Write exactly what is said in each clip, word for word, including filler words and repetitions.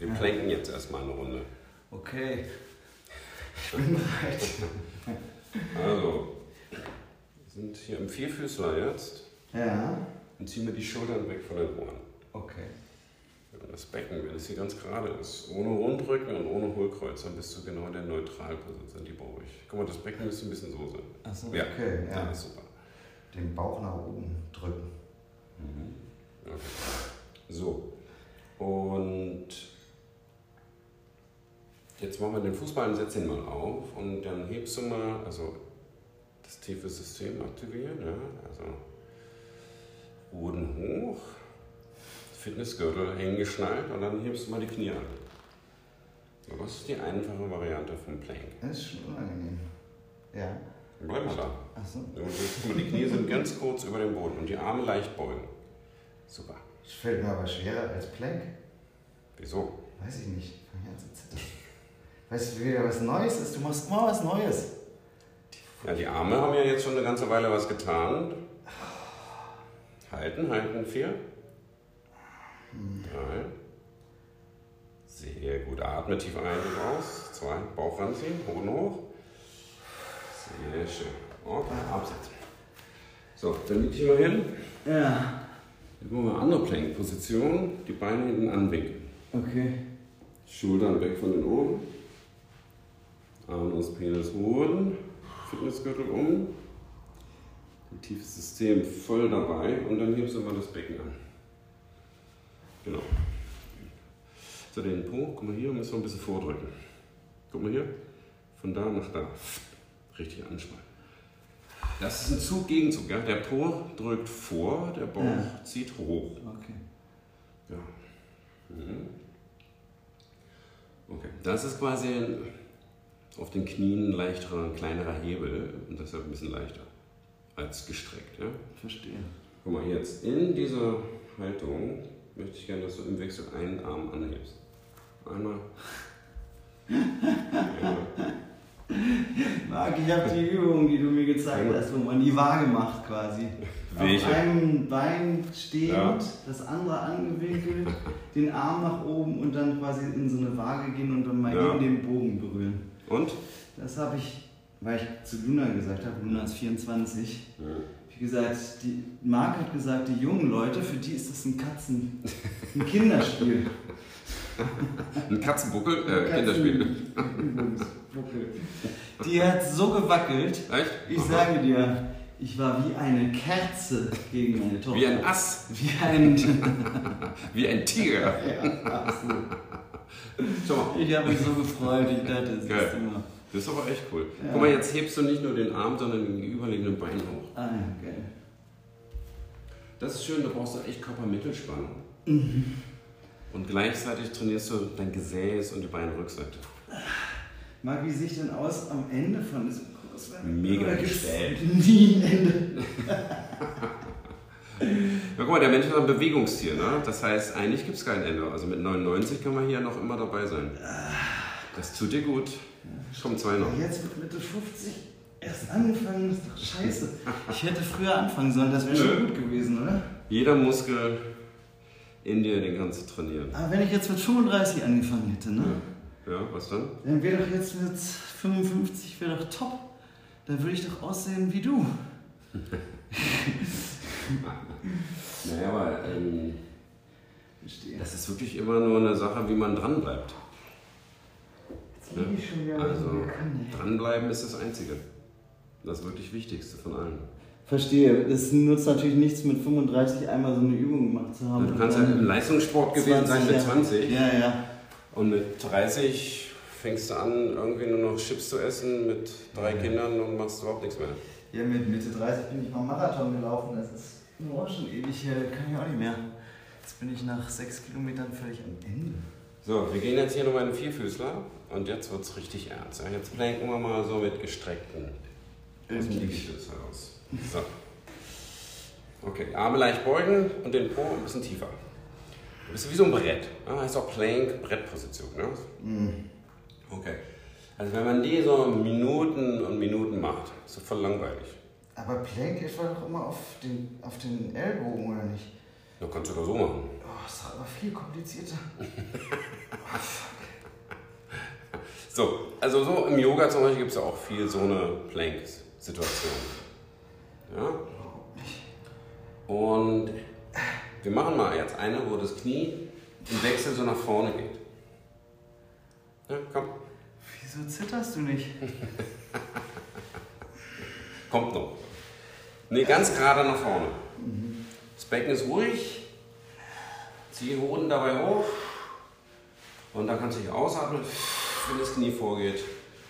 Wir planken jetzt erstmal eine Runde. Okay. Ich bin bereit. Also, wir sind hier im Vierfüßler jetzt. Ja. Und ziehen wir die Schultern weg von den Ohren. Okay. Das Becken, wenn es hier ganz gerade ist, ohne Rundrücken und ohne Hohlkreuz, dann bist du genau in der Neutralposition, die brauche ich. Guck mal, das Becken müsste ein bisschen so sein. Achso, ja. okay. Ja, ja, ist super. Den Bauch nach oben drücken. Mhm. Okay. So. Und jetzt machen wir den Fußball und setz ihn mal auf und dann hebst du mal, also das tiefe System aktivieren, ja, also Hoden hoch. Fitnessgürtel hängen geschnallt und dann hebst du mal die Knie an. So, das ist die einfache Variante vom Plank. Das ist schon unangenehm. Ja. Dann bleib mal da. Achso. Und die Knie sind ganz kurz über dem Boden und die Arme leicht beugen. Super. Das fällt mir aber schwerer als Plank. Wieso? Weiß ich nicht. Ich fange an zu zittern. Weißt du, wieder was Neues ist? Du machst immer was Neues. Ja, die Arme haben ja jetzt schon eine ganze Weile was getan. Halten, halten, vier. Drei. Sehr gut. Atme tief ein und aus. Zwei. Bauch ranziehen. Hoden hoch. Sehr schön. Okay, absetzen. So, dann leg dich mal hin. Ja. Jetzt machen wir eine andere Plank-Position. Die Beine hinten anwinkeln. Okay. Schultern weg von den Ohren. Anus, Penis, Hoden. Fitnessgürtel um. Ein tiefes System voll dabei. Und dann hebst du mal das Becken an. Genau. So, den Po, guck mal hier, müssen wir ein bisschen vordrücken. Guck mal hier, von da nach da. Richtig anspannen. Das ist ein Zug, Gegenzug. Ja? Der Po drückt vor, der Bauch ja. zieht hoch. Okay. Ja. Mhm. Okay, das ist quasi auf den Knien ein leichterer, ein kleinerer Hebel und deshalb ein bisschen leichter als gestreckt. Ja? Verstehe. Guck mal, jetzt in dieser Haltung möchte ich gerne, dass du im Wechsel einen Arm anhebst. Einmal. Einmal. Marc, ich habe die Übung, die du mir gezeigt Einmal. hast, wo man die Waage macht quasi. Welche? Auf einem Bein stehend, ja. das andere angewinkelt, den Arm nach oben und dann quasi in so eine Waage gehen und dann mal ja. eben den Bogen berühren. Und? Das habe ich, weil ich zu Luna gesagt habe, Luna ist vierundzwanzig. Ja. Wie gesagt, die, Marc hat gesagt, die jungen Leute, für die ist das ein Katzen, ein Kinderspiel. Ein Katzenbuckel, äh, Katzen Kinderspiel. Die hat so gewackelt. Echt? Ich Aha. sage dir, ich war wie eine Kerze gegen meine Tochter. Wie ein Ass. Wie ein... wie ein Tiger. Ja, absolut. Schau mal. Ich habe mich so gefreut, ich dachte, das Geil. ist immer... Das ist aber echt cool. Ja. Guck mal, jetzt hebst du nicht nur den Arm, sondern den gegenüberliegenden Bein hoch. Ah, ja, geil. Das ist schön, da brauchst du echt Körpermittelspannung. Mhm. Und gleichzeitig trainierst du dein Gesäß und die Beinrückseite. Marc, wie sieht denn aus am Ende von diesem Kurs? Mega gestellt. Nie ein Ende. Ja, guck mal, der Mensch ist ein Bewegungstier, ne? Das heißt, eigentlich gibt es kein Ende. Also mit neunundneunzig kann man hier noch immer dabei sein. Das tut dir gut. Komm, zwei noch. Jetzt mit Mitte fünfzig erst angefangen, ist doch scheiße. Ich hätte früher anfangen sollen, das wäre schon gut gewesen, oder? Jeder Muskel in dir, den kannst du trainieren. Aber wenn ich jetzt mit fünfunddreißig angefangen hätte, ne? Ja, ja, was dann? Dann wäre doch jetzt mit fünfundfünfzig wäre doch top. Dann würde ich doch aussehen wie du. Naja, aber ähm, Verstehe. das ist wirklich immer nur eine Sache, wie man dranbleibt. Jetzt liege ich schon wieder Also, so kann, dranbleiben ist das Einzige. Das wirklich Wichtigste von allen. Verstehe. Es nutzt natürlich nichts, mit fünfunddreißig einmal so eine Übung gemacht zu haben. Du kannst halt im Leistungssport gewesen sein mit zwanzig. Ja, ja. Und mit dreißig fängst du an, irgendwie nur noch Chips zu essen mit drei ja. Kindern und machst überhaupt nichts mehr. Ja, mit Mitte dreißig bin ich mal Marathon gelaufen. Das ist oh, schon ewig her, kann ich auch nicht mehr. Jetzt bin ich nach sechs Kilometern völlig am Ende. So, wir gehen jetzt hier nochmal in den Vierfüßler und jetzt wird es richtig ernst. Jetzt planken wir mal so mit gestreckten aus dem Liegestütz heraus. So. Okay, Arme leicht beugen und den Po ein bisschen tiefer. Du bist wie so ein Brett. Ja, heißt auch Plank, Brettposition. Ne? Mhm. Okay. Also wenn man die so Minuten und Minuten macht, ist das voll langweilig. Aber Plank etwa doch immer auf den, auf den Ellbogen, oder nicht? Da kannst du das so machen. Oh, das ist aber viel komplizierter. Oh, fuck. So, also so im Yoga zum Beispiel gibt es ja auch viel so eine Plank-Situation. Ja? Und wir machen mal jetzt eine, wo das Knie im Wechsel so nach vorne geht. Ja, komm. Wieso zitterst du nicht? Kommt noch. Nee, ganz gerade nach vorne. Das Becken ist ruhig. Zieh die Hoden dabei hoch. Und dann kannst du dich ausatmen, wenn das Knie vorgeht.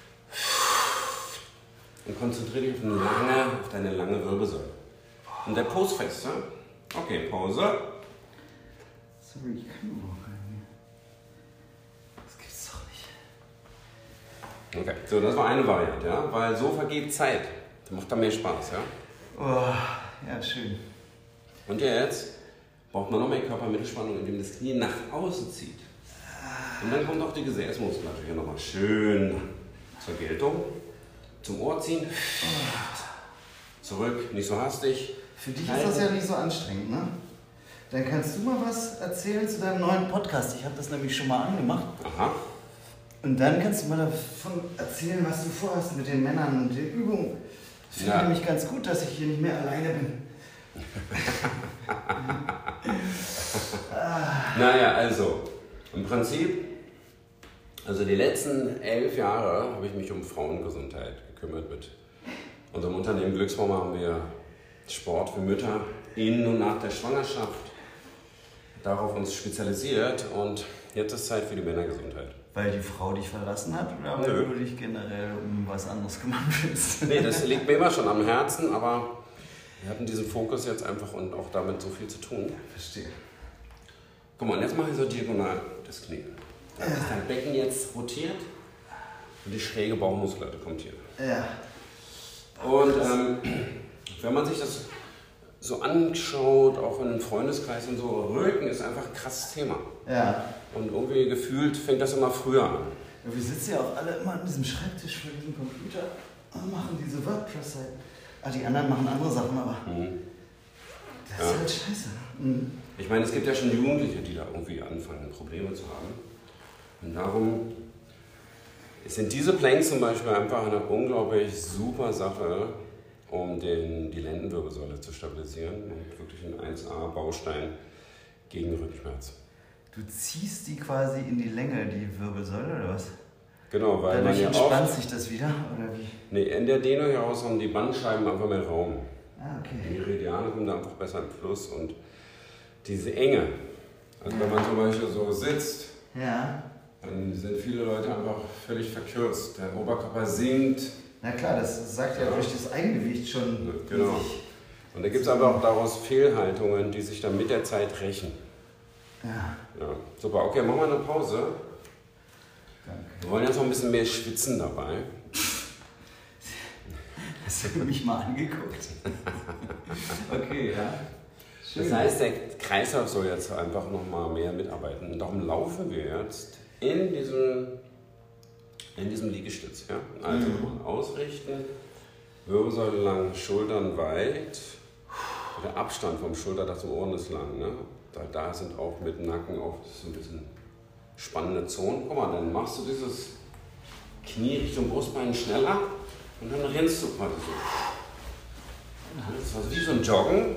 Und konzentriere dich auf, eine lange, auf deine lange Wirbelsäule. Und der Pose fest, ja? Okay, Pause. Sorry, ich kann überhaupt nicht mehr. Das gibt's doch nicht. Okay, so, das war eine Variante, ja? Weil so vergeht Zeit. Das macht dann mehr Spaß, ja? Oh, ja, schön. Und jetzt braucht man noch mehr Körpermittelspannung, indem das Knie nach außen zieht. Und dann kommt auch die Gesäßmuskulatur hier nochmal schön zur Geltung. Zum Ohr ziehen. Zurück, nicht so hastig. Für dich ist das ja nicht so anstrengend, ne? Dann kannst du mal was erzählen zu deinem neuen Podcast. Ich habe das nämlich schon mal angemacht. Aha. Und dann kannst du mal davon erzählen, was du vorhast mit den Männern und den Übungen. Ich finde Ja. nämlich ganz gut, dass ich hier nicht mehr alleine bin. Naja, also, im Prinzip, also die letzten elf Jahre habe ich mich um Frauengesundheit gekümmert. Mit unserem Unternehmen Glücksformer haben wir Sport für Mütter in und nach der Schwangerschaft darauf uns spezialisiert und jetzt ist Zeit für die Männergesundheit. Weil die Frau dich verlassen hat oder weil Nö. du dich generell um was anderes kümmern willst? Nee, das liegt mir immer schon am Herzen, aber wir hatten diesen Fokus jetzt einfach und auch damit so viel zu tun. Verstehe. Guck mal, und jetzt mache ich so diagonal das Knie. Da ist dein Becken jetzt rotiert und die schräge Bauchmuskulatur kommt hier. Ja. Und ähm, wenn man sich das so anschaut, auch in einem Freundeskreis und so, Rücken ist einfach ein krasses Thema. Ja. Und irgendwie gefühlt fängt das immer früher an. Ja, wir sitzen ja auch alle immer an diesem Schreibtisch vor diesem Computer und machen diese WordPress-Seiten. Ah, die anderen machen andere Sachen, aber Mhm. das Ja. ist halt scheiße. Mhm. Ich meine, es gibt ja schon Jugendliche, die da irgendwie anfangen, Probleme zu haben. Und darum sind diese Planks zum Beispiel einfach eine unglaublich super Sache, um den, die Lendenwirbelsäule zu stabilisieren und wirklich ein eins A Baustein gegen Rückenschmerz. Du ziehst die quasi in die Länge, die Wirbelsäule, oder was? Genau, weil Dadurch man ja entspannt oft, sich das wieder, oder wie? nee, in der Dehnung heraus haben die Bandscheiben einfach mehr Raum. Ah, Die okay. Meridiane kommen da einfach besser im Fluss und diese Enge, also wenn man zum Beispiel so sitzt, Ja. dann sind viele Leute einfach völlig verkürzt. Der Oberkörper sinkt. Na klar, das sagt ja, Ja. durch das Eigengewicht schon. Genau. Und da gibt es aber auch daraus Fehlhaltungen, die sich dann mit der Zeit rächen. Ja, Ja, super. Okay, machen wir eine Pause. danke. Wir wollen jetzt noch ein bisschen mehr schwitzen dabei. Hast du mich mal angeguckt? Okay, ja. Schön. Das heißt, der Kreislauf soll jetzt einfach noch mal mehr mitarbeiten. Und darum laufen wir jetzt in diesem, in diesem Liegestütz. Ja? Also Mhm. ausrichten, Wirbelsäule lang, Schultern weit. Der Abstand vom Schulterdach zum Ohren ist lang. Ne? Da, da sind auch mit dem Nacken auch so ein bisschen spannende Zonen. Guck mal, dann machst du dieses Knie Richtung Brustbein schneller und dann rennst du quasi so. Das ist also wie so ein Joggen.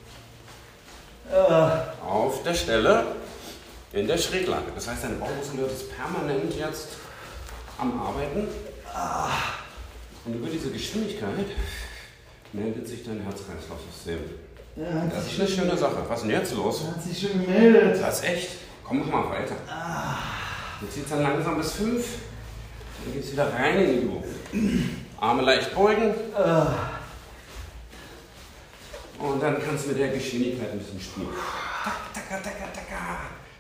Äh, Auf der Stelle in der Schräglage. Das heißt, deine Bauchmuskulatur ist permanent jetzt am Arbeiten. Und über diese Geschwindigkeit meldet sich dein Herz-Kreislauf-System. ja, Das ist eine schöne Sache. Was ist denn jetzt los? hat sich schon gemeldet. Das ist echt. Komm, mach mal weiter. Jetzt zieht es dann langsam bis fünf. Dann geht es wieder rein in die Übung. Arme leicht beugen. Äh, Und dann kannst du mit der Geschwindigkeit ein bisschen spielen. Taka, taka, taka.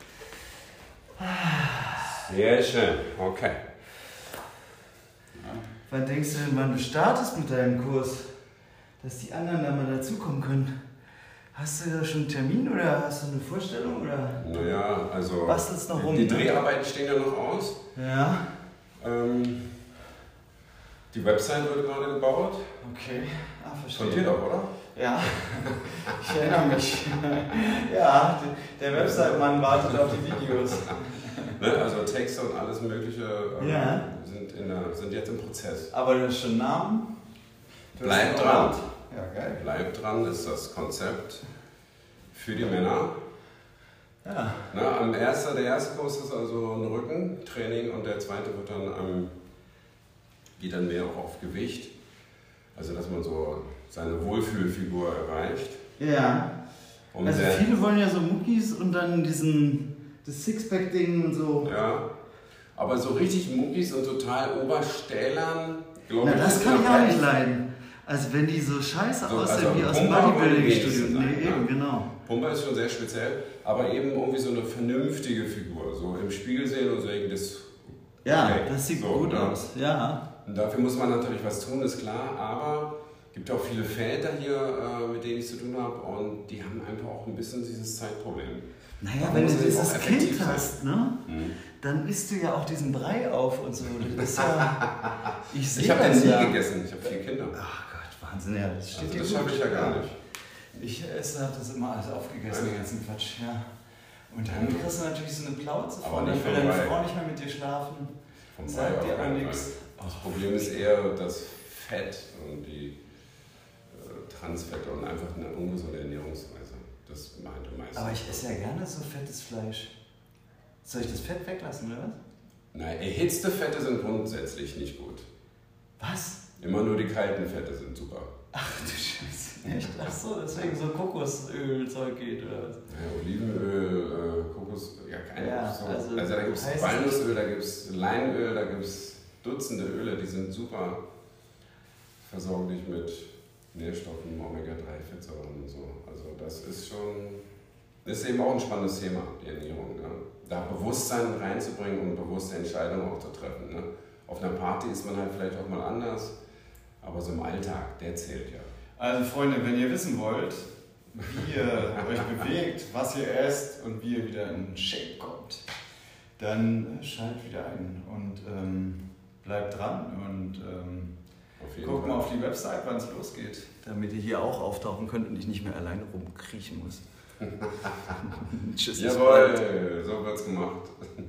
Sehr schön, okay. wann denkst du denn, wann du startest mit deinem Kurs? Dass die anderen da mal dazukommen können. Hast du da schon einen Termin oder hast du eine Vorstellung? Oder? Naja, also Bastelst noch rum, die ne? Dreharbeiten stehen ja noch aus. Ja. Ähm, die Website wird gerade gebaut. Okay. Ah, Von verstehe. dir doch, oder? Ja. Ich erinnere mich. Ja, der Website-Mann wartet auf die Videos. Ne, also Texte und alles Mögliche ähm, ja. sind, in der, sind jetzt im Prozess. Aber du hast schon Namen? Bleib dran. Ja, geil. Bleib dran ist das Konzept für die Männer. Ja. Na, am ersten, der erste Kurs ist also ein Rückentraining und der zweite wird dann ähm, geht dann mehr auch auf Gewicht. Also dass man so seine Wohlfühlfigur erreicht. Ja. Und also der, viele wollen ja so Muckis und dann diesen das Sixpack-Ding und so. Ja. Aber so richtig Muckis und total Oberstählern, glaube ich. Na, das kann ich auch nicht leiden. Also wenn die so scheiße So, aussehen also wie aus dem Pumper Bodybuilding-Studio. wollen Nee, die eben, ne? genau. Pumper ist schon sehr speziell, aber eben irgendwie so eine vernünftige Figur. So im Spiegel sehen und so irgendwie das. Ja, okay. das sieht so, gut ne? aus. Ja. Und dafür muss man natürlich was tun, ist klar, aber es gibt auch viele Väter hier, äh, mit denen ich zu tun habe und die haben einfach auch ein bisschen dieses Zeitproblem. Naja, Da wenn du muss man dieses auch effektiv Kind sein. hast, ne, Mhm. dann isst du ja auch diesen Brei auf und so. Das ist ja, ich sehe Ich habe das den nie ja. gegessen, ich habe vier Kinder. Ach Gott, Wahnsinn, ja, das steht Also dir das gut. schaffe ich ja gar nicht. Ich esse, habe das immer alles aufgegessen, den ganzen Quatsch, ja. Und dann kriegst du natürlich so eine Plauze Aber von, dann nicht will vom deine Brei. Frau nicht mehr mit dir schlafen. Vom Sagt Brei dir auf auch keinen nichts. Fall. Das Problem ist eher das Fett und die äh, Transfette und einfach eine ungesunde Ernährungsweise. Das meinte meistens. Aber ich esse ja gerne so fettes Fleisch. Soll ich das Fett weglassen, oder was? Nein, erhitzte Fette sind grundsätzlich nicht gut. Was? Immer nur die kalten Fette sind super. Ach du Scheiße, echt? Ach so, deswegen so Kokosöl-Zeug geht, oder was? Ja, Olivenöl, äh, Kokos, ja keine Ja, so. also Also, da gibt es heißt Walnussöl, da gibt es Leinöl, da gibt es Dutzende Öle, die sind super. Versorgen dich mit Nährstoffen, Omega drei Fettsäuren und so. Also das ist schon, das ist eben auch ein spannendes Thema, die Ernährung. Ne? Da Bewusstsein reinzubringen und bewusste Entscheidungen auch zu treffen. Ne? Auf einer Party ist man halt vielleicht auch mal anders, aber so im Alltag, der zählt ja. Also Freunde, wenn ihr wissen wollt, wie ihr euch bewegt, was ihr esst und wie ihr wieder in Shape kommt, dann schaltet wieder ein und ähm, bleibt dran und ähm, Auf jeden guckt Fall. mal auf die Website, wann es losgeht, damit ihr hier auch auftauchen könnt und ich nicht mehr alleine rumkriechen muss. Tschüss. bis bald. Jawohl, so wird's gemacht.